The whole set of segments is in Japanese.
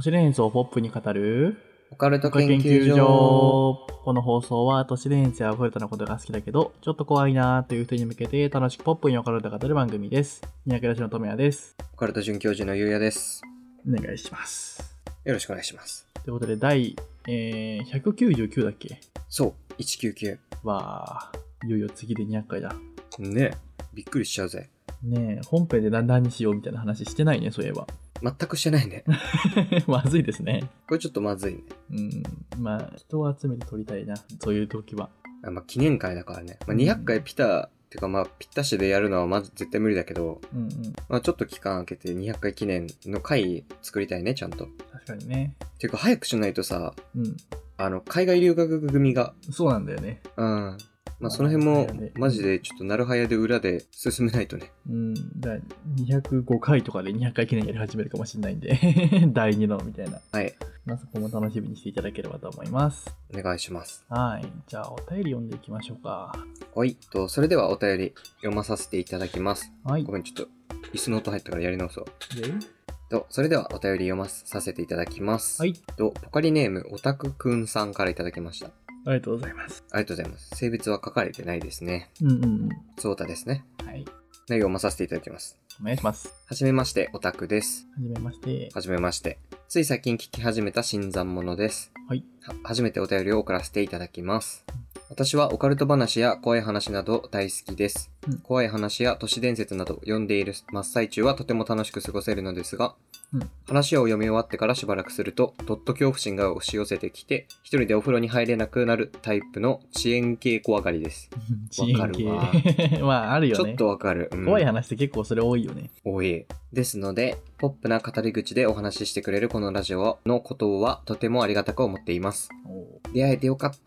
市伝説をポップに語るオカルト研研究究所。 所。この放送は都市伝説やオカルトなことが好きだけどちょっと怖いなーという人に向けて楽しくポップにオカルトを語る番組です。三宅ラジオのともやです。 オカルト准教授のゆうやです。 お願いします。 よろしくお願いします。 ということで第、199だっけ。 そう199。 わー、いよいよ次で200回だねえ、びっくりしちゃうぜ。 ねえ、本編で何にしようみたいな話してないね、そういえば。 全くしてないね。 まずいですね。 これちょっとまずいね。 まあ人を集めて撮りたいな、そういう時は。 記念会だからね。200回ピタっていうかぴったしでやるのはまず絶対無理だけど、ちょっと期間空けて200回記念の回作りたいね、ちゃんと。 確かにね。 ていうか早くしないとさ、海外留学組が。 そうなんだよね。 その辺もマジでちょっとなるはやで裏で進めないとね。 だ205回とかで200回記念やり始めるかもしれないんで第2のみたいな。 はい。 そこも楽しみにしていただければと思います。 お願いします。 はい。じゃあお便り読んでいきましょうか。 はい。それではお便り読まさせていただきます。 はい。 ごめん、ちょっと椅子の音入ったからやり直そう。 でそれではお便り読まさせていただきます。 はい。 ポカリネームオタクくんさんからいただきました。 ありがとうございます。 ありがとうございます。性別は書かれてないですね。そうたですね。 はい。 内容を読まさせていただきます。 お願いします。 はじめまして、オタクです。 はじめまして。 はじめまして。つい最近聞き始めた新参者です。 はい。 初めてお便りを送らせていただきます。私はオカルト話や怖い話など大好きです。怖い話や都市伝説など読んでいる真っ最中はとても楽しく過ごせるのですが、話を読み終わってからしばらくするとどっと恐怖心が押し寄せてきて一人でお風呂に入れなくなるタイプの遅延系怖がりです。わかるわ。 あるよね。 ちょっとわかる。 怖い話って結構それ多いよね。 多い。ですのでポップな語り口でお話ししてくれるこのラジオのことはとてもありがたく思っています。出会えてよかった。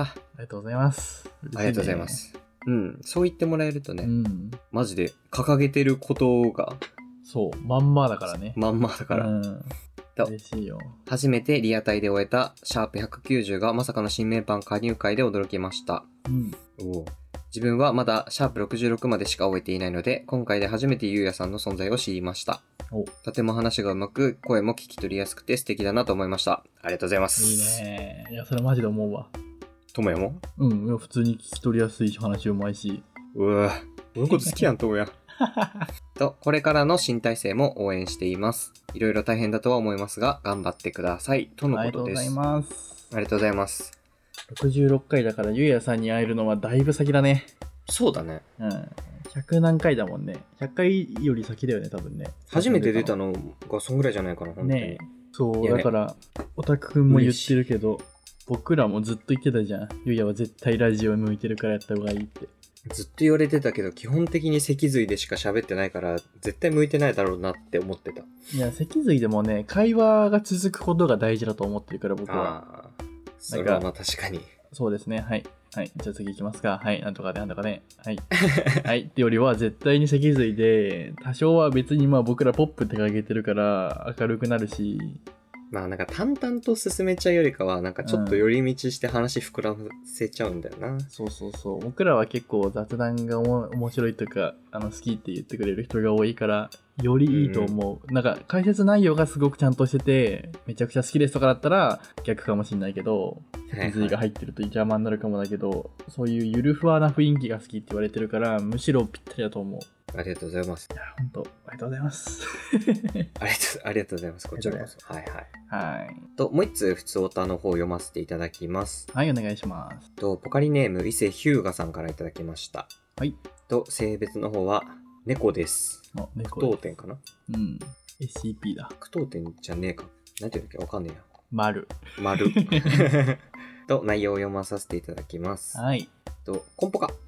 ありがとうございます。 ありがとうございます。そう言ってもらえるとね、マジで掲げてることがそうまんまだからね。 まんまだから、 嬉しいよ。 初めてリアタイで終えたシャープ190がまさかの新メンバー加入会で驚きました。自分はまだシャープ66までしか終えていないので今回で初めてゆうやさんの存在を知りました。とても話がうまく声も聞き取りやすくて素敵だなと思いました。ありがとうございます。 いいね。いやそれマジで思うわ。 ともやも？ 普通に聞き取りやすいし話うまいし。 俺のこと好きやんともや。これからの新体制も応援しています。いろいろ大変だとは思いますが頑張ってくださいとのことです。 ありがとうございます。 ありがとうございます。 66回だからゆうやさんに会えるのはだいぶ先だね。 そうだね。 100何回だもんね。100回より先だよね多分ね。 初めて出たのがそんぐらいじゃないかな本当に。ね、 そうだからオタクくんも言ってるけど僕らもずっと言ってたじゃん。ゆうやは絶対ラジオ向いてるからやった方がいいって。 ずっと言われてたけど基本的に脊髄でしか喋ってないから絶対向いてないだろうなって思ってた。 いや脊髄でもね会話が続くことが大事だと思ってるから僕は。 それは確かに。 そうですね。はい。はい。じゃあ次行きますか。はい。なんとかでなんとかね。はい。はい。ってよりは絶対に脊髄で多少は別に僕らポップって掲げてるから明るくなるし。 淡々と進めちゃうよりかはちょっと寄り道して話膨らませちゃうんだよな。 そう。僕らは結構雑談が面白いとか好きって言ってくれる人が多いからよりいいと思う。解説内容がすごくちゃんとしててめちゃくちゃ好きですとかだったら逆かもしんないけど脊髄が入ってると邪魔になるかもだけど、そういうゆるふわな雰囲気が好きって言われてるからむしろぴったりだと思う。 ありがとうございます。 いや本当ありがとうございます。 ありがとうございます。こちらこそ。はい。もう一つ普通オタの方を読ませていただきます。 はい、お願いします。 ポカリネーム伊勢ヒューガさんからいただきました。 はい。 性別の方は猫です。 猫句読点かな。 SCP だ。 句読点じゃねえか。なんていうんだっけわかんねえや。 丸内容を読まさせていただきます。 はい。 コンポカ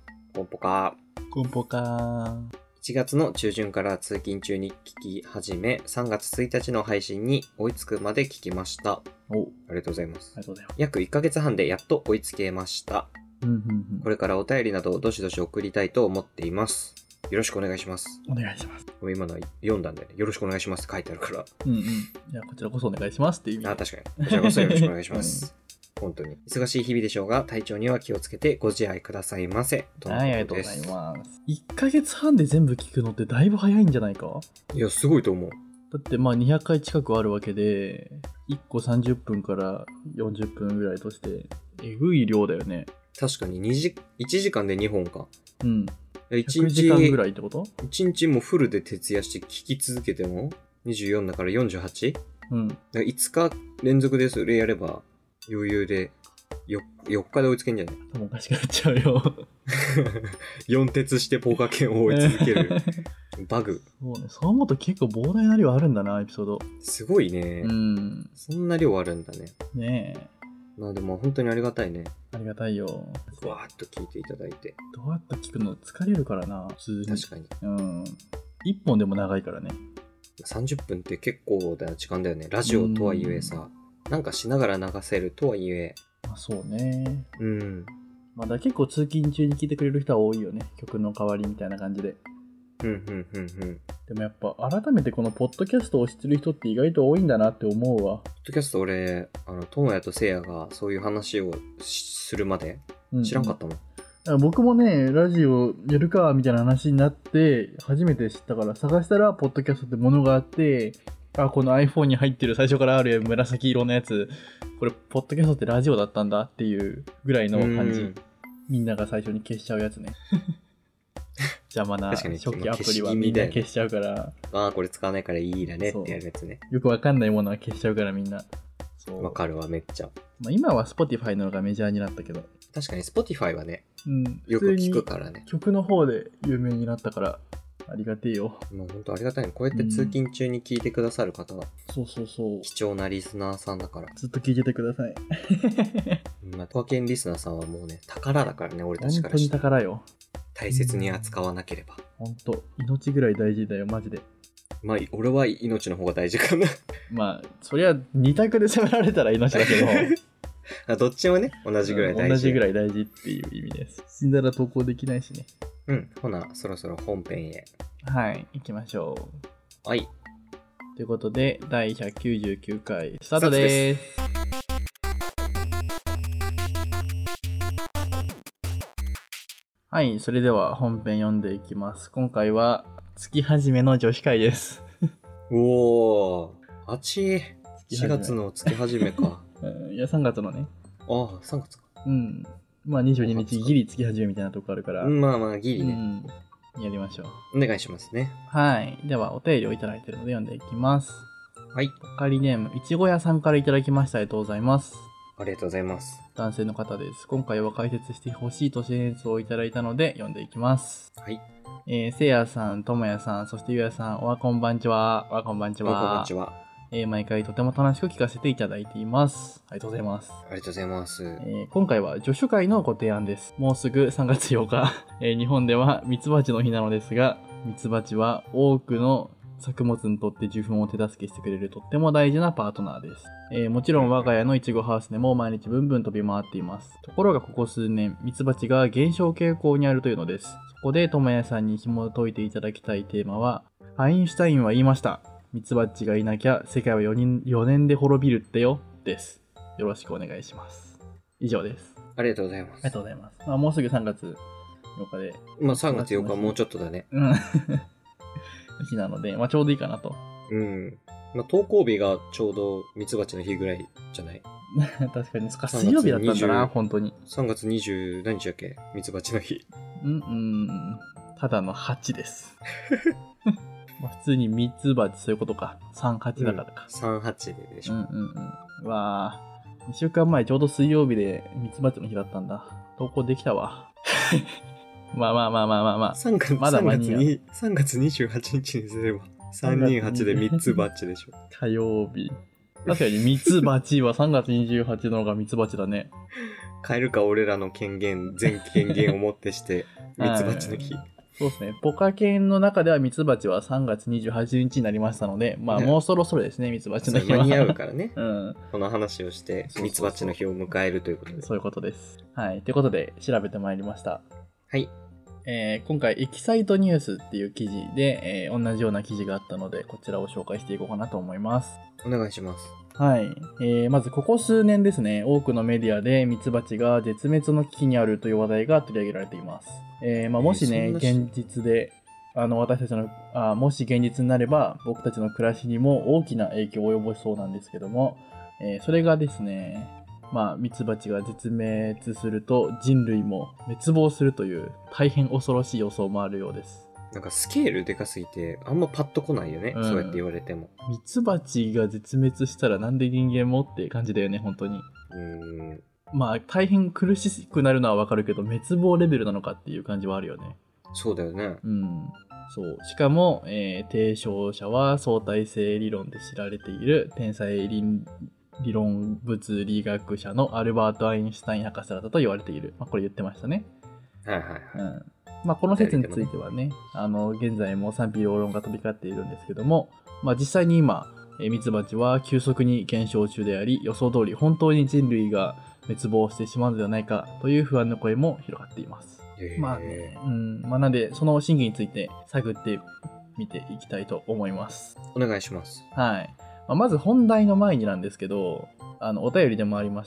1月の中旬から通勤中に聞き始め3月1日の配信に追いつくまで聞きました。ありがとうございます。約1ヶ月半でやっと追いつけました。これからお便りなどどしどし送りたいと思っています。よろしくお願いします。 お願いします。 今の読んだんで、ね、よろしくお願いしますって書いてあるから。 いやこちらこそお願いしますっていう意味。 確かに。こちらこそよろしくお願いします。本当に忙しい日々でしょうが体調には気をつけてご自愛くださいませ。 はい、ありがとうございます。1ヶ月半で全部聞くのってだいぶ早いんじゃないか？ いやすごいと思う。 だってまあ200回近くあるわけで、1個30分から40分ぐらいとして、えぐい量だよね。 確かに1時間で2本か。 うん。 1 100時間ぐらいってこと？ 1日もフルで徹夜して聞き続けても24だから 48？ うん。 5日連続でそれやれば余裕で4日で追いつけんじゃない？ もうおかしくなっちゃうよ。 4徹してポーカー剣を追い続けるバグ。 そうね。そう思うと結構膨大な量あるんだな、エピソード。 すごいね。 うん。 そんな量あるんだね。 ねえ。 まあでも本当にありがたいね。 ありがたいよ。 わーっと聞いていただいて。 どうやって聞くの疲れるからな、普通に。 確かに。 うん。1本でも長いからね。 30分って結構な時間だよね。ラジオとはいえさ、なんかしながら流せるとはいえ。 まあ、そうね。 うん。 まだ結構通勤中に聞いてくれる人は多いよね。曲の代わりみたいな感じで。でもやっぱ改めてこのポッドキャストを知ってる人って意外と多いんだなって思うわ。 ポッドキャスト俺、トモヤとセイヤがそういう話をするまで知らんかったもん。 僕もね、ラジオやるかみたいな話になって初めて知ったから、探したらポッドキャストってものがあって、あ、この iPhone に入ってる最初からある紫色のやつ、これポッドキャストってラジオだったんだっていうぐらいの感じ。みんなが最初に消しちゃうやつね。邪魔な初期アプリはみんな消しちゃうから。 ああ、これ使わないからいいだねってやるやつね。 よくわかんないものは消しちゃうからみんな。 わかるわ、めっちゃ。 まあ、今は Spotify のがメジャーになったけど。 確かに Spotify はね、 うん、 よく聞くからね。 曲の方で有名になったからありがてえよ。 もう本当ありがたいね。こうやって通勤中に聞いてくださる方は、 そうそうそう。 貴重なリスナーさんだから。 ずっと聞いててください。 まあ、トアケンリスナーさんはもうね、宝だからね、俺たちからして。本当に宝よ。 大切に扱わなければ。 本当、命ぐらい大事だよ、マジで。 まあ、俺は命の方が大事かな。 まあ、そりゃ二択で攻められたら命だけど。どっちもね、同じぐらい大事。 同じぐらい大事っていう意味です。死んだら投稿できないしね。 うん、ほな、そろそろ本編へ。 はい、行きましょう。はい。 ということで、第199回、スタートです。はい、それでは本編読んでいきます。今回は月始めの女子会です。 おー、4月の月始めか。 いや、3月のね。 ああ、3月か。 うん。まあ22日ギリ月始めみたいなとこあるから。 まあまあギリね。 うん。やりましょう。お願いしますね。 はい。ではお便りをいただいているので読んでいきます。 はい。 おかりネーム、いちご屋さんからいただきました。ありがとうございます。 ありがとうございます。 男性の方です。今回は解説してほしい都市伝説をいただいたので読んでいきます。 はい。 せいやさん、ともやさん、そしてゆうやさん、おはこんばんちは。おはこんばんちは。 おはこんばんちは。 毎回とても楽しく聞かせていただいています。ありがとうございます。 ありがとうございます。 今回は助手会のご提案です。もうすぐ3月8日、日本ではミツバチの日なのですが、ミツバチは多くの作物にとって受粉を手助けしてくれるとっても大事なパートナーです。もちろん我が家のイチゴハウスでも毎日ブンブン飛び回っています。ところがここ数年、ミツバチが減少傾向にあるというのです。そこでともやさんに紐解いていただきたいテーマは、アインシュタインは言いました。ミツバチがいなきゃ世界は4年で滅びるってよ、です。よろしくお願いします。以上です。 ありがとうございます。 ありがとうございます。もうすぐ3月8日で。 まあ3月8日もうちょっとだね。 うん。日なので、ちょうどいいかなと。 うん。投稿日がちょうどミツバチの日ぐらいじゃない？ 確かに。水曜日だったんだな、本当に。 3月20何日だっけ？ミツバチの日。 ただの8です。普通にミツバチそういうことか。38だからか。 38でしょ。 わー。2週間前ちょうど水曜日でミツバチの日だったんだ。投稿できたわ。まあ。 3月まだ間に合う。 3月28日にすれば。328でミツバチでしょ。 火曜日。確かにミツバチは3月28の方がミツバチだね。 変えるか俺らの権限、全権限をもってしてミツバチの日。 そうですね。ポカケンの中ではミツバチは3月28日になりましたので、もうそろそろですね、ミツバチの日は。 間に合うからね。 この話をしてミツバチの日を迎えるということで。 そういうことです。はい。ということで調べてまいりました。 はい。 今回エキサイトニュースっていう記事で、同じような記事があったので、こちらを紹介していこうかなと思います。 お願いします。 はい。まずここ数年ですね、多くのメディアでミツバチが絶滅の危機にあるという話題が取り上げられています。もしね、現実で私たちのもし現実になれば僕たちの暮らしにも大きな影響を及ぼしそうなんですけども、それがですね、ミツバチが絶滅すると人類も滅亡するという大変恐ろしい予想もあるようです。 なんかスケールでかすぎてあんまパッと来ないよね、そうやって言われても。 ミツバチが絶滅したらなんで人間もって感じだよね、本当に。大変苦しくなるのはわかるけど、滅亡レベルなのかっていう感じはあるよね。 そうだよね。 そう。しかも、提唱者は相対性理論で知られている天才理論物理学者のアルバート・アインシュタイン博士だったと言われている。これ言ってましたね。 はいはいはい。 この説についてはね、現在も賛否両論が飛び交っているんですけども、実際に今、ミツバチは急速に減少中であり、予想通り本当に人類が滅亡してしまうのではないかという不安の声も広がっています。なんで、その真偽について探ってみていきたいと思います。 お願いします。 はい。まず本題の前になんですけど、お便りでもありました、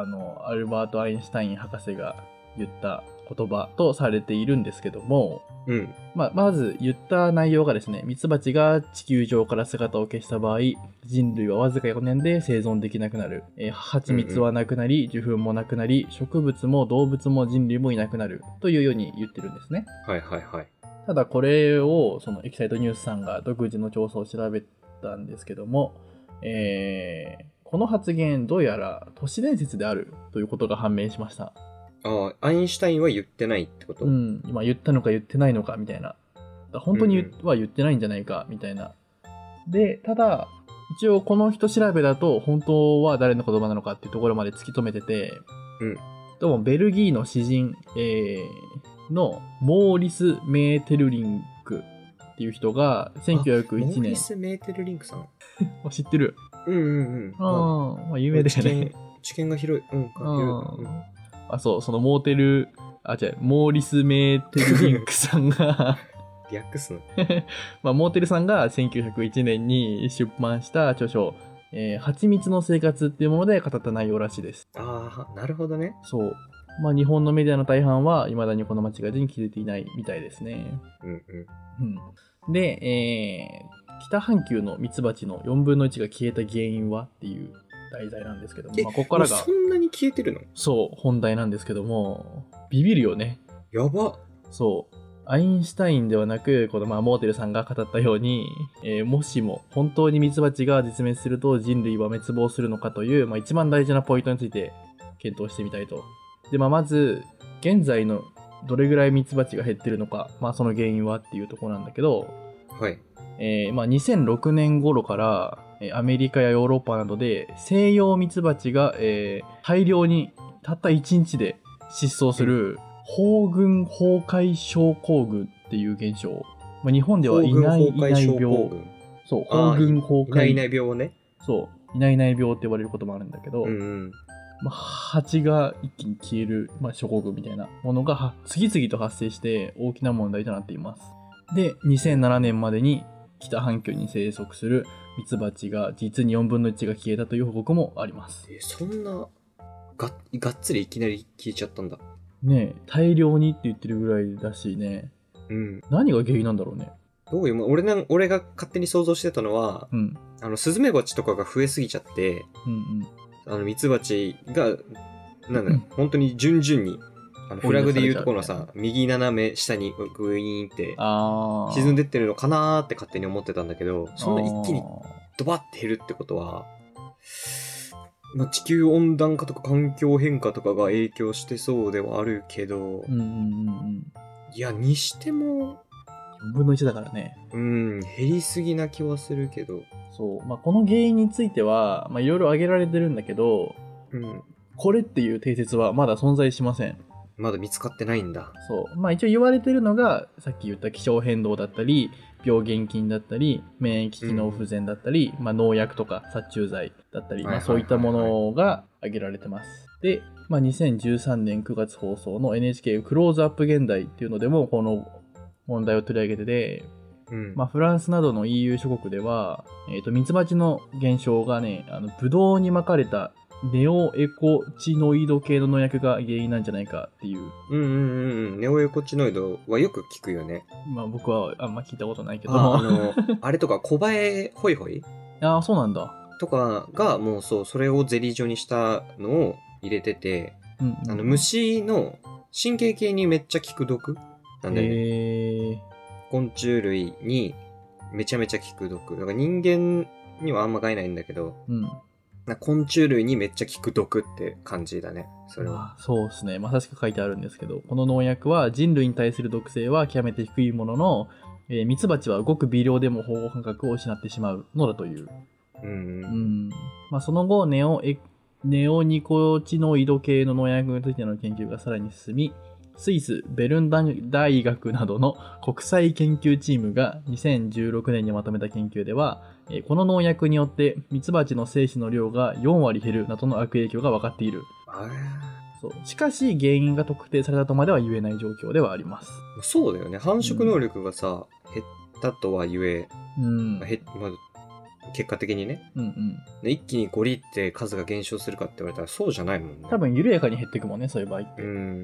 アルバート・アインシュタイン博士が言った言葉とされているんですけども、まず言った内容がですね、ミツバチが地球上から姿を消した場合、人類はわずか4年で生存できなくなる。蜂蜜はなくなり、受粉もなくなり、植物も動物も人類もいなくなるというように言ってるんですね。 はいはいはい。 ただこれをそのエキサイトニュースさんが独自の調査を調べたんですけども、この発言どうやら都市伝説であるということが判明しました。 アインシュタインは言ってないってこと？ 今言ったのか言ってないのかみたいな。本当には言ってないんじゃないかみたいな。で、ただ、一応この人調べだと本当は誰の言葉なのかっていうところまで突き止めてて、どうもベルギーの詩人、のモーリス・メーテルリンクっていう人が1901年。モーリス・メーテルリンクさん知ってる？有名だよね。 知見が広い。 そのモーリス・メーテルリンクさんが略すのモーテルさんが1901年に出版した著書、蜂蜜の生活っていうもので語った内容らしいです。 なるほどね。 そう。日本のメディアの大半は未だにこの間違いに気づいていないみたいですね。で、北半球のミツバチの4分の1が消えた原因はっていう題材なんですけども、ここからがそんなに消えてるの？ そう、本題なんですけども、ビビるよね。 やば。 そう。アインシュタインではなく、このモーテルさんが語ったように、もしも本当にミツバチが絶滅すると人類は滅亡するのかという、一番大事なポイントについて検討してみたいと。で、まず、現在のどれぐらいミツバチが減ってるのか、その原因はっていうところなんだけど、 はい。 2006年頃から、アメリカやヨーロッパなどで西洋ミツバチが、大量にたった1日で失踪する胞群崩壊症候群っていう現象。日本ではいないいない病。そう、胞群崩壊。 いないいない病ね。 そう、いないいない病って呼ばれることもあるんだけど、蜂が一気に消える、症候群みたいなものが次々と発生して大きな問題となっています。で、2007年までに北半球に生息するミツバチが実に4分の1が消えたという報告もあります。 そんながっつりいきなり消えちゃったんだね。大量にって言ってるぐらいだしね。何が原因なんだろうね。 どういう俺が勝手に想像してたのは、スズメバチとかが増えすぎちゃって、ミツバチが本当に順々にフラグでいうとこのさ、右斜め下にグイーンって沈んでってるのかなーって勝手に思ってたんだけど、そんな一気にドバッて減るってことは、地球温暖化とか環境変化とかが影響してそうではあるけど、いや、にしても 4分の1だからね。 減りすぎな気はするけど。 そう。この原因については、いろいろ挙げられてるんだけど、これっていう定説はまだ存在しません。 まだ見つかってないんだ。 そう。一応言われてるのが、さっき言った気象変動だったり、病原菌だったり、免疫機能不全だったり、農薬とか殺虫剤だったり、そういったものが挙げられてます。で、2013年9月放送の NHK クローズアップ現代っていうのでも、この問題を取り上げてて、フランスなどの EU 諸国では、ミツバチの減少がね、ブドウにまかれたネオエコチノイド系の農薬が原因なんじゃないかっていう。 ネオエコチノイドはよく聞くよね。 まあ僕はあんま聞いたことないけど。 あれとか小映えホイホイああ、そうなんだ。 とかがもうそう、それをゼリー状にしたのを入れてて、虫の神経系にめっちゃ効く毒なんだよね。昆虫類にめちゃめちゃ効く毒。だから人間にはあんま害ないんだけど、昆虫類にめっちゃ効く毒って感じだね。それは。 そうですね。まさしく書いてあるんですけど、この農薬は人類に対する毒性は極めて低いものの、ミツバチはごく微量でも保護感覚を失ってしまうのだという。その後ネオニコチノイド系の農薬についての研究がさらに進み、スイス、ベルン大学などの国際研究チームが2016年にまとめた研究では、この農薬によってミツバチの精子の量が4割減るなどの悪影響が分かっている。しかし原因が特定されたとまでは言えない状況ではあります。 そうだよね。繁殖能力がさ、減ったとは言え、結果的にね、一気にゴリって数が減少するかって言われたらそうじゃないもんね。 多分緩やかに減っていくもんね、そういう場合って。1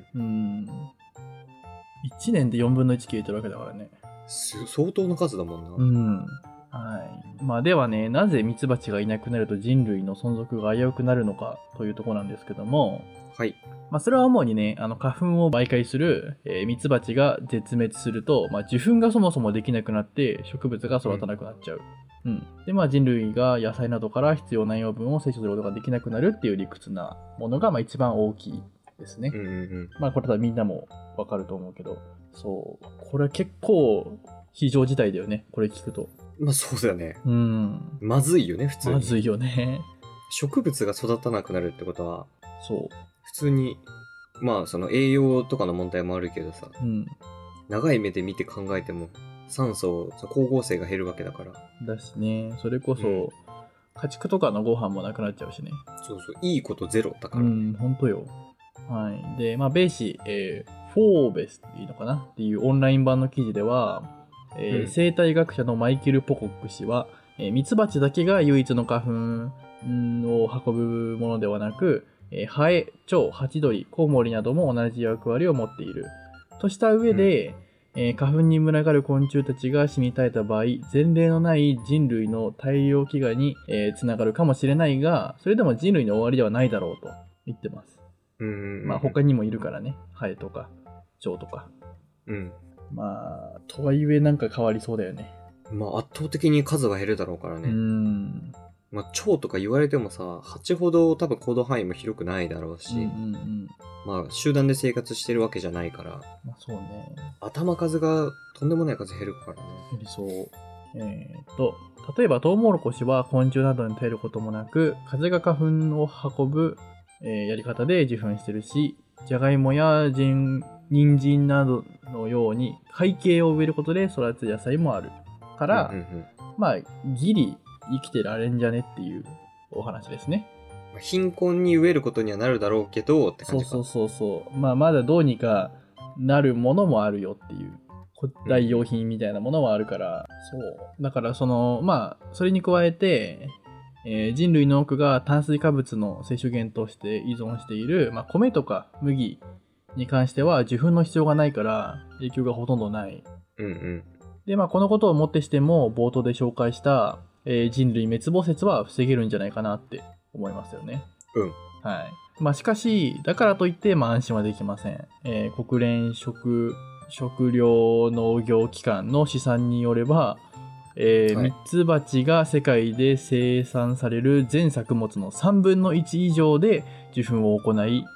年で4分の1消えてるわけだからね。 相当な数だもんな。 ではね、なぜミツバチがいなくなると人類の存続が危うくなるのかというところなんですけども、それは主にね、花粉を媒介する、ミツバチが絶滅すると、受粉がそもそもできなくなって植物が育たなくなっちゃう。で人類が野菜などから必要な養分を摂取することができなくなるっていう理屈なものが一番大きいですね。これはみんなもわかると思うけど、これ結構非常事態だよね、これ聞くと。 そうだよね。まずいよね、普通に。 まずいよね。 植物が育たなくなるってことは、普通にその栄養とかの問題もあるけどさ、長い目で見て考えても酸素、光合成が減るわけだから。 だしね、それこそ、家畜とかのご飯もなくなっちゃうしね。 いいことゼロだから。 ほんとよ。で、ベイシー、フォーベスっていいのかなっていうオンライン版の記事では、生態学者のマイケル・ポコック氏は、ミツバチだけが唯一の花粉を運ぶものではなく、ハエ、蝶、ハチドリ、コウモリなども同じ役割を持っている。とした上で、花粉に群がる昆虫たちが死に絶えた場合、前例のない人類の大量飢餓に、つながるかもしれないが、それでも人類の終わりではないだろうと言ってます。他にもいるからね、ハエとか蝶とか。とはいえなんか変わりそうだよね。 圧倒的に数が減るだろうからね。蝶とか言われてもさ、蜂ほど多分行動範囲も広くないだろうし、集団で生活してるわけじゃないから、 そうね。 頭数がとんでもない数減るからね。 減りそう。例えばトウモロコシは昆虫などに頼ることもなく、風が花粉を運ぶ、やり方で受粉してるし、じゃがいもや人参などのように海茎を植えることで育つ野菜もあるから、ギリ生きてられんじゃねっていうお話ですね。 貧困に植えることにはなるだろうけどって感じか。 まだどうにかなるものもあるよっていう代用品みたいなものもあるから、だからそれに加えて、人類の多くが炭水化物の摂取源として依存している、米とか麦に関しては受粉の必要がないから影響がほとんどない。でこのことをもってしても冒頭で紹介した、人類滅亡説は防げるんじゃないかなって思いますよね。しかしだからといって安心はできません。国連食糧農業機関の試算によれば、ミツバチが世界で生産される全作物の3分の1以上で受粉を行い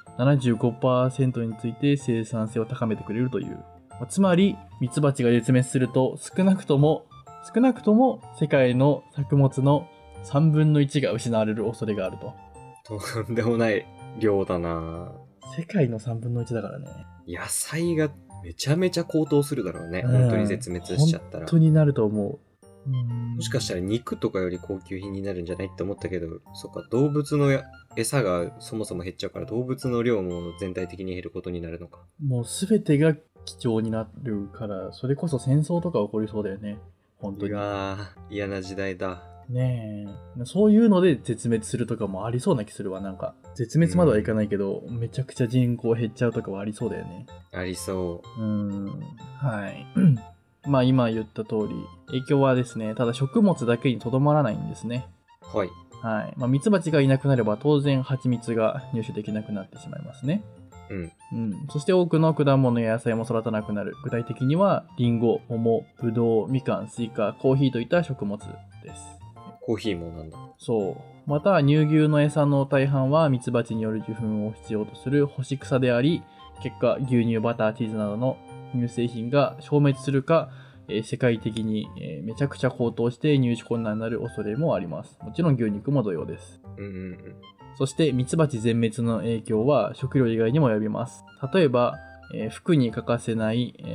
75% について生産性を高めてくれるという。つまりミツバチが絶滅すると少なくとも世界の作物の3分の1が失われる恐れがあると。 とんでもない量だな。 世界の3分の1だからね。 野菜がめちゃめちゃ高騰するだろうね。本当に絶滅しちゃったら。 本当になると思う。 もしかしたら肉とかより高級品になるんじゃないって思ったけど、そっか、動物の餌がそもそも減っちゃうから動物の量も全体的に減ることになるのか。もう全てが貴重になるから、それこそ戦争とか起こりそうだよね。本当に。 嫌な時代だ。 ねえ。そういうので絶滅するとかもありそうな気するわ。なんか、絶滅まではいかないけど、めちゃくちゃ人口減っちゃうとかはありそうだよね。 ありそはい。まあ今言った通り、影響はですね、ただ食物だけにとどまらないんですね。 う。はい。 はい。まあミツバチがいなくなれば当然蜂蜜が入手できなくなってしまいますね。そして多くの果物や野菜も育たなくなる。具体的には、リンゴ、桃、ブドウ、みかん、スイカ、コーヒーといった食物です。 コーヒーもなんだ。 そう。また、乳牛の餌の大半はミツバチによる受粉を必要とする干し草であり、結果、牛乳、バター、チーズなどの乳製品が消滅するか、世界的に、めちゃくちゃ高騰して入手困難になる恐れもあります。もちろん牛肉も同様です。そしてミツバチ全滅の影響は食料以外にも及びます。例えば、服に欠かせない、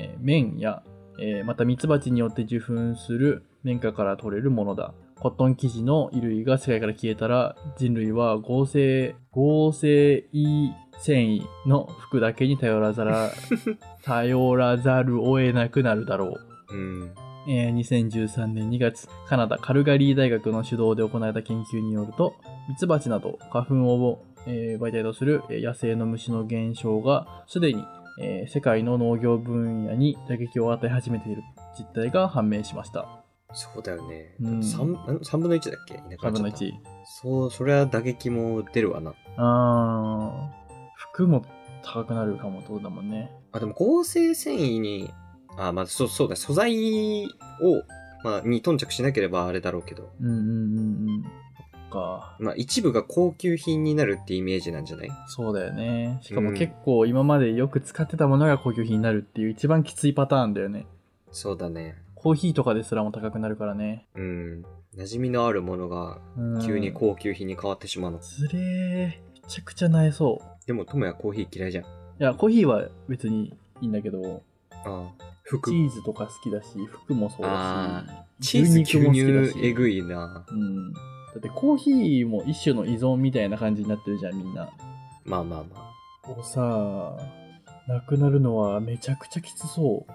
綿や、またミツバチによって受粉する綿花から取れるものだ。コットン生地の衣類が世界から消えたら人類は合成繊維の服だけに頼らざるを得なくなるだろう。2013年2月、カナダカルガリー大学の主導で行われた研究によると、ミツバチなど花粉を、媒体とする野生の虫の減少がすでに、世界の農業分野に打撃を与え始めている実態が判明しました。 そうだよね。3分の1だっけ？ 3分の1。 そう、それは打撃も出るわな。 服も高くなるかもとだもんね。 でも合成繊維に、そうだ、素材を、に頓着しなければあれだろうけど。一部が高級品になるってイメージなんじゃない？ そうだよね。しかも結構今までよく使ってたものが高級品になるっていう一番きついパターンだよね。 そうだね。 コーヒーとかですらも高くなるからね。 馴染みのあるものが急に高級品に変わってしまうの。 つれー。めちゃくちゃなえそう。 でもトモヤコーヒー嫌いじゃん。いや、コーヒーは別にいいんだけど、 服。 チーズとか好きだし、服もそうだし、チーズ牛乳えぐいな。 だってコーヒーも一種の依存みたいな感じになってるじゃん、みんな。さ、なくなるのはめちゃくちゃきつそう。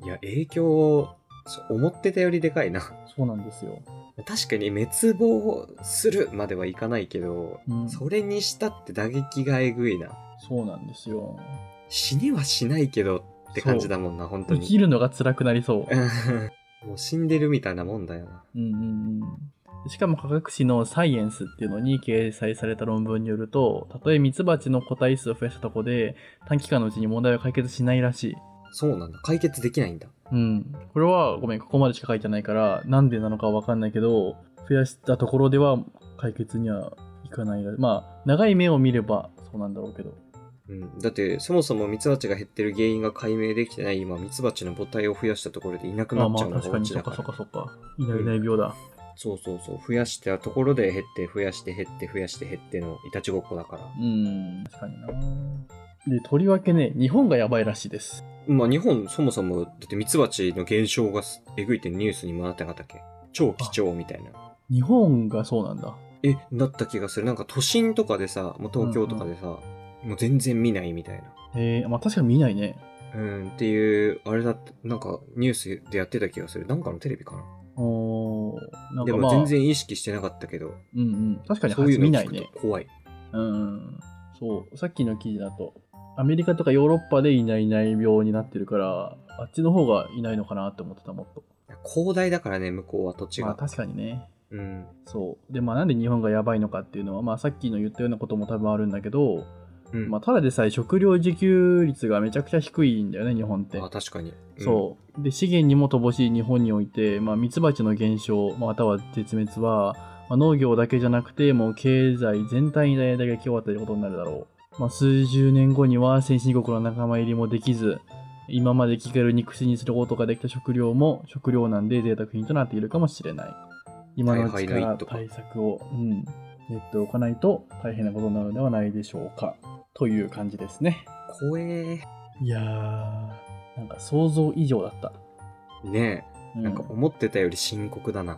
いや、影響、思ってたよりでかいな。 そうなんですよ。 確かに滅亡するまではいかないけど、それにしたって打撃がえぐいな。 そうなんですよ。 死にはしないけどって感じだもんな、本当に。 生きるのが辛くなりそう。 もう死んでるみたいなもんだよな。 しかも科学誌のサイエンスっていうのに掲載された論文によると、たとえミツバチの個体数を増やしたところで短期間のうちに問題は解決しないらしい。 そうなんだ。解決できないんだ。 これはごめん、ここまでしか書いてないからなんでなのかわかんないけど、増やしたところでは解決にはいかないらしい。長い目を見ればそうなんだろうけど。 だってそもそもミツバチが減ってる原因が解明できてない今、ミツバチの母体を増やしたところでいなくなっちゃうのがオチだから。 そっか。いない病だ。 そう。増やしたところで減って、増やして減って、増やして減ってのいたちごっこだから。 確かにな。で、とりわけね、日本がやばいらしいです。 日本そもそも、だってミツバチの減少がえぐいってニュースにもなってなかったっけ？超貴重みたいな。 日本がそうなんだ。 だった気がする。なんか都心とかでさ、もう東京とかでさ、もう全然見ないみたいな。 確かに見ないね。 っていう、あれだって、なんかニュースでやってた気がする。なんかのテレビかな。でも全然意識してなかったけど。 確かにそういうの見ないね。 怖い。 そう、さっきの記事だと、アメリカとかヨーロッパでいない病になってるから、あっちの方がいないのかなって思ってた、もっと。 広大だからね、向こうは土地が。 確かにね。そう。で、なんで日本がやばいのかっていうのは、さっきの言ったようなことも多分あるんだけど、ただでさえ食料自給率がめちゃくちゃ低いんだよね、日本って。 確かに。 そう。で、資源にも乏しい日本において、ミツバチの減少、または絶滅は、農業だけじゃなくて、もう経済全体に打撃を与えることになるだろう。数十年後には先進国の仲間入りもできず、今まで気軽に口にすることができた食料も食料難で贅沢品となっているかもしれない。今のうちから対策を、練っておかないと大変なことになるのではないでしょうか。という感じですね。 怖え。 いやー、なんか想像以上だった。 ねえ、なんか思ってたより深刻だな。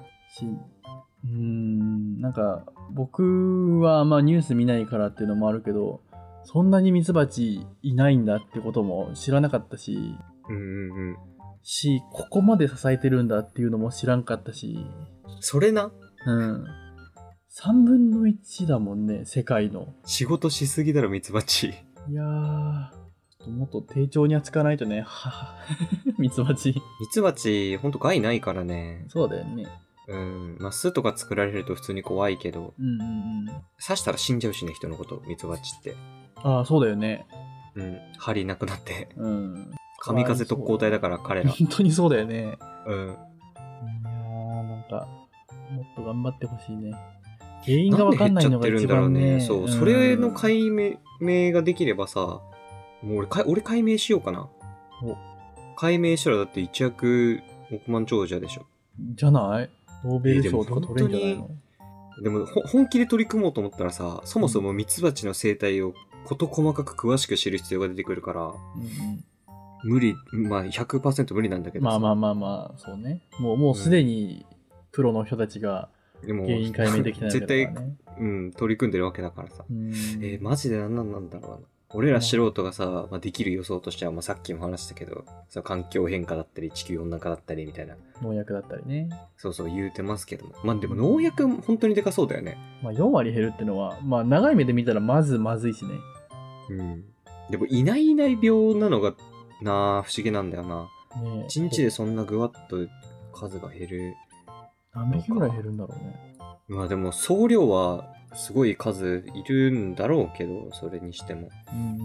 なんか僕はニュース見ないからっていうのもあるけど、そんなにミツバチいないんだってことも知らなかったし、 うんここまで支えてるんだっていうのも知らんかったし。 それな、 うん3分の1だもんね世界の。 仕事しすぎだろミツバチ。 いやーもっと丁重に扱わないとね。ははミツバチ。 ミツバチほんと害ないからね。 そうだよね。 まあ巣とか作られると普通に怖いけど、 うんうんうん。 刺したら死んじゃうしね、人のこと、ミツバチって。 ああそうだよね。 針なくなって。 うん。 神風特攻隊だから彼ら。 本当にそうだよね。いやうんーなんかもっと頑張ってほしいね。原因が分かんないのが一番ね。 そう、それの解明ができればさ、もう俺解明しようかな。解明したらだって一躍億万長者でしょ。 じゃないノーベル賞とか取れるんじゃないの？ でも本気で取り組もうと思ったらさ、そもそもミツバチの生態を事細かく詳しく知る必要が出てくるから、無理、まあ 100% 無理なんだけどさ。 まあそうね。もうすでにプロの人たちが原因解明できてないわけだからね。 絶対、取り組んでるわけだからさ。マジで何なんだろうな。俺ら素人がさ、まあ、できる予想としては、まあ、さっきも話したけど、環境変化だったり、地球温暖化だったりみたいな。 農薬だったりね。 そう言うてますけども。まあでも農薬本当にでかそうだよね。 まあ4割減るってのは、まあ長い目で見たらまずいしね。 でもいない病なのがなあ不思議なんだよな。ね、1日でそんなぐわっと数が減る。 何匹ぐらい減るんだろうね。 まあでも総量はすごい数いるんだろうけど、それにしても。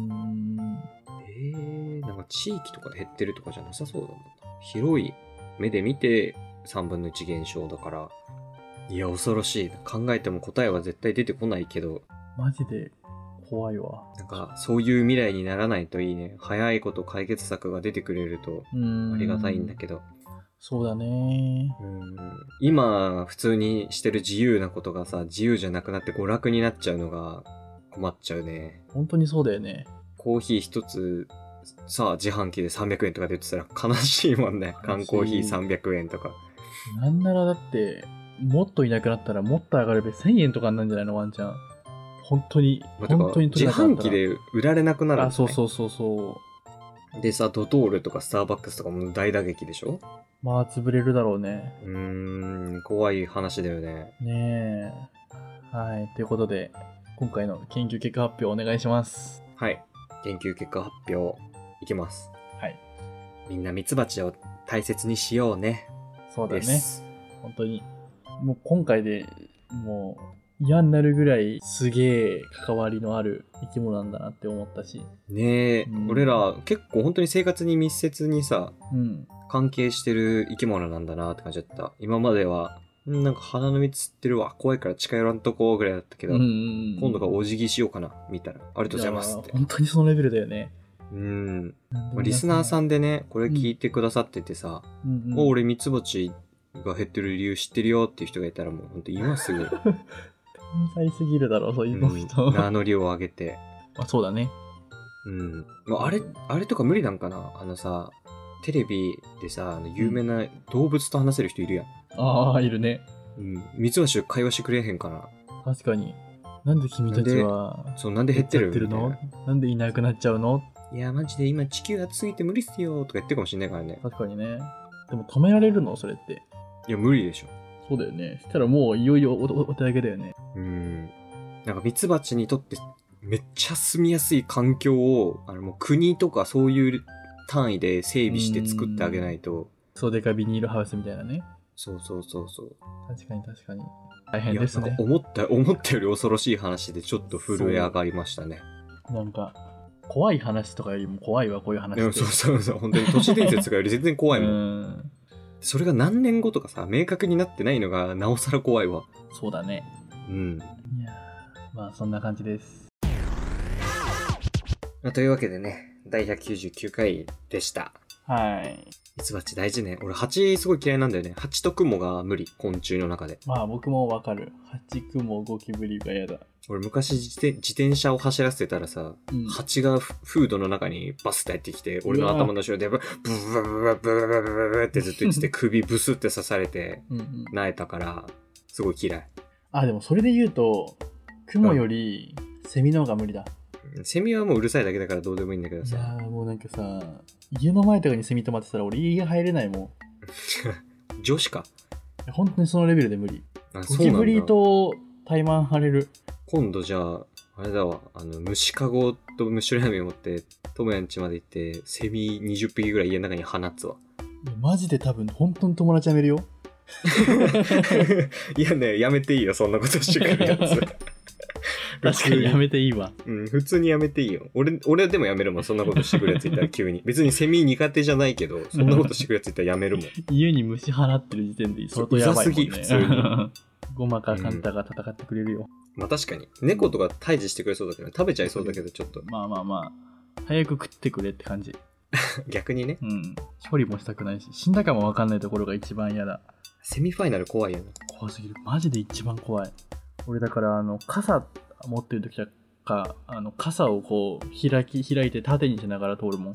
なんか地域とかで減ってるとかじゃなさそうだもんな。広い目で見て3分の1減少だから。いや恐ろしい。考えても答えは絶対出てこないけど。 マジで怖いわ。 なんかそういう未来にならないといいね。早いこと解決策が出てくれるとありがたいんだけど。 そうだね。 今普通にしてる自由なことがさ、自由じゃなくなって娯楽になっちゃうのが困っちゃうね。 本当にそうだよね。 コーヒー一つさ、自販機で300円とかで売ってたら悲しいもんね。缶コーヒー300円とか。 なんならだってもっといなくなったらもっと上がるべ1000円とかになるんじゃないのワンちゃん。本当に自販機で売られなくなるんだ、ね。 そうでさ、ドトールとかスターバックスとかも大打撃でしょ。 まあ潰れるだろうね。 怖い話だよね。 ねえ。はい、ということで今回の研究結果発表お願いします。 はい、研究結果発表いきます。 はい。 みんなミツバチを大切にしようね。 そうだね。本当にもう今回でもう嫌になるぐらいすげえ関わりのある生き物なんだなって思ったし。 ねえ、俺ら結構本当に生活に密接にさ、関係してる生き物なんだなって感じだった。今まではなんか鼻の蜜吸ってるわ、怖いから近寄らんとこぐらいだったけど、今度がお辞儀しようかなみたいな。ありがとうございますって。 本当にそのレベルだよね。 リスナーさんでね、これ聞いてくださっててさ、俺ミツバチが減ってる理由知ってるよっていう人がいたらもう本当今すぐ天才すぎるだろそういう人、 名乗りを上げて。 そうだね。 あれとか無理なんかな。さテレビでさ有名な動物と話せる人いるやん。 いるね。 ミツバチと会話してくれへんかな。 確かに。なんで君たちはなんで減ってるの？なんでいなくなっちゃうの？ いやマジで今地球暑すぎて無理っすよとか言ってるかもしれないからね。 確かにね。でも止められるのそれって。 いや無理でしょ。 そうだよね。したらもういよいよお手上げだよね。 なんかミツバチにとってめっちゃ住みやすい環境をもう国とかそういう単位で整備して作ってあげないと。 そうでかビニールハウスみたいなね。 そう。 確かに。大変ですね。 思ったより恐ろしい話でちょっと震え上がりましたね。 なんか怖い話とかよりも怖いわこういう話って。 そう本当に都市伝説がより全然怖いもん。それが何年後とかさ明確になってないのがなおさら怖いわ。 そうだね。いやまあそんな感じです。 というわけでね第199回でした。 はい。 ミツバチ大事ね。俺蜂すごい嫌いなんだよね。蜂とクモが無理、昆虫の中で。 まあ僕もわかる。蜂、クモ、ゴキブリが嫌だ。 俺昔自転車を走らせてたらさ、蜂がフードの中にバスって入ってきて、俺の頭の後ろでブブブブブブブブブってずっと言ってて首ブスって刺されて萎えたからすごい嫌い。 でもそれで言うとクモよりセミの方が無理だ。 セミはもううるさいだけだからどうでもいいんだけどさ。 いやもうなんかさ家の前とかにセミ止まってたら俺家入れないもん。 女子か。 本当にそのレベルで無理。 あ、 ゴそうなんだ。 キブリと怠慢張れる。 今度じゃあ、あれだわ、虫かごと虫ラーメンを持って、ともやん家まで行って、セミ20匹ぐらい家の中に放つわ。 マジで多分、本当に友達やめるよ。 いやね、やめていいよ、そんなことしてくるやつ。 確かにやめていいわ。 うん、普通にやめていいよ。俺でもやめるもん、そんなことしてくるやついたら急に。別にセミ苦手じゃないけど、そんなことしてくるやついたらやめるもん。 家に虫放ってる時点で相当やばいもんね。 うざすぎ普通に。 ゴマかカンタが戦ってくれるよ。 まあ確かに。猫とか退治してくれそうだけど、食べちゃいそうだけど、ちょっと。 まあ。早く食ってくれって感じ。 逆にね。 うん。処理もしたくないし、死んだかもわかんないところが一番嫌だ。 セミファイナル怖いよね。 怖すぎる。マジで一番怖い。俺だから傘持ってる時は傘をこう開いて縦にしながら通るもん。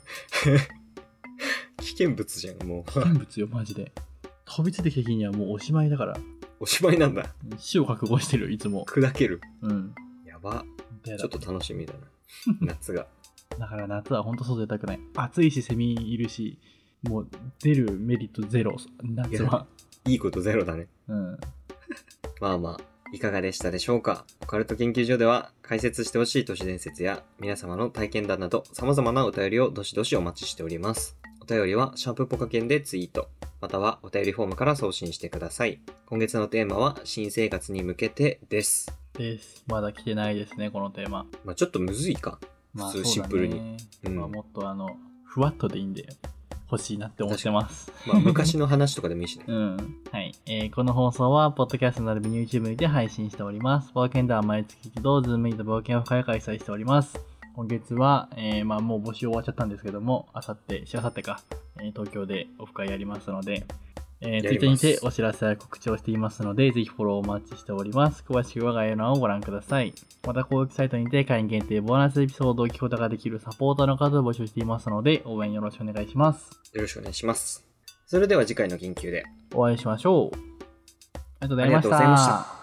危険物じゃん、もう。 危険物よ、マジで。飛びついてきた日にはもうおしまいだから。 おしまいなんだ。 死を覚悟してる、いつも。 砕ける。 うん。 やば。ちょっと楽しみだな。夏が。 だから夏はほんと外出たくない。暑いし、セミいるし、もう出るメリットゼロ、夏は。 いいことゼロだね。 うん。 まあまあ、いかがでしたでしょうか。オカルト研究所では解説してほしい都市伝説や皆様の体験談など様々なお便りをどしどしお待ちしております。お便りはシャープポカケンでツイート、またはお便りフォームから送信してください。今月のテーマは新生活に向けてです。 まだ来てないですね、このテーマ。 まあちょっとむずいか。普通シンプルに。 まあもっとふわっとでいいんで欲しいなって思ってます。 まあ昔の話とかでもいいしね。 うん。はい。この放送は、ポッドキャストならびに YouTube にて配信しております。冒険では毎月一度、ズームインと冒険オフ会を開催しております。今月は、まあもう募集終わっちゃったんですけども、しあさってか、東京でオフ会やりますので、Twitter にてお知らせや告知をしていますので、ぜひフォローお待ちしております。詳しくは概要欄をご覧ください。また、公式サイトにて会員限定ボーナスエピソードを聞くことができるサポーターの方を募集していますので、応援よろしくお願いします。 よろしくお願いします。それでは次回の研究でお会いしましょう。ありがとうございました。 ありがとうございました。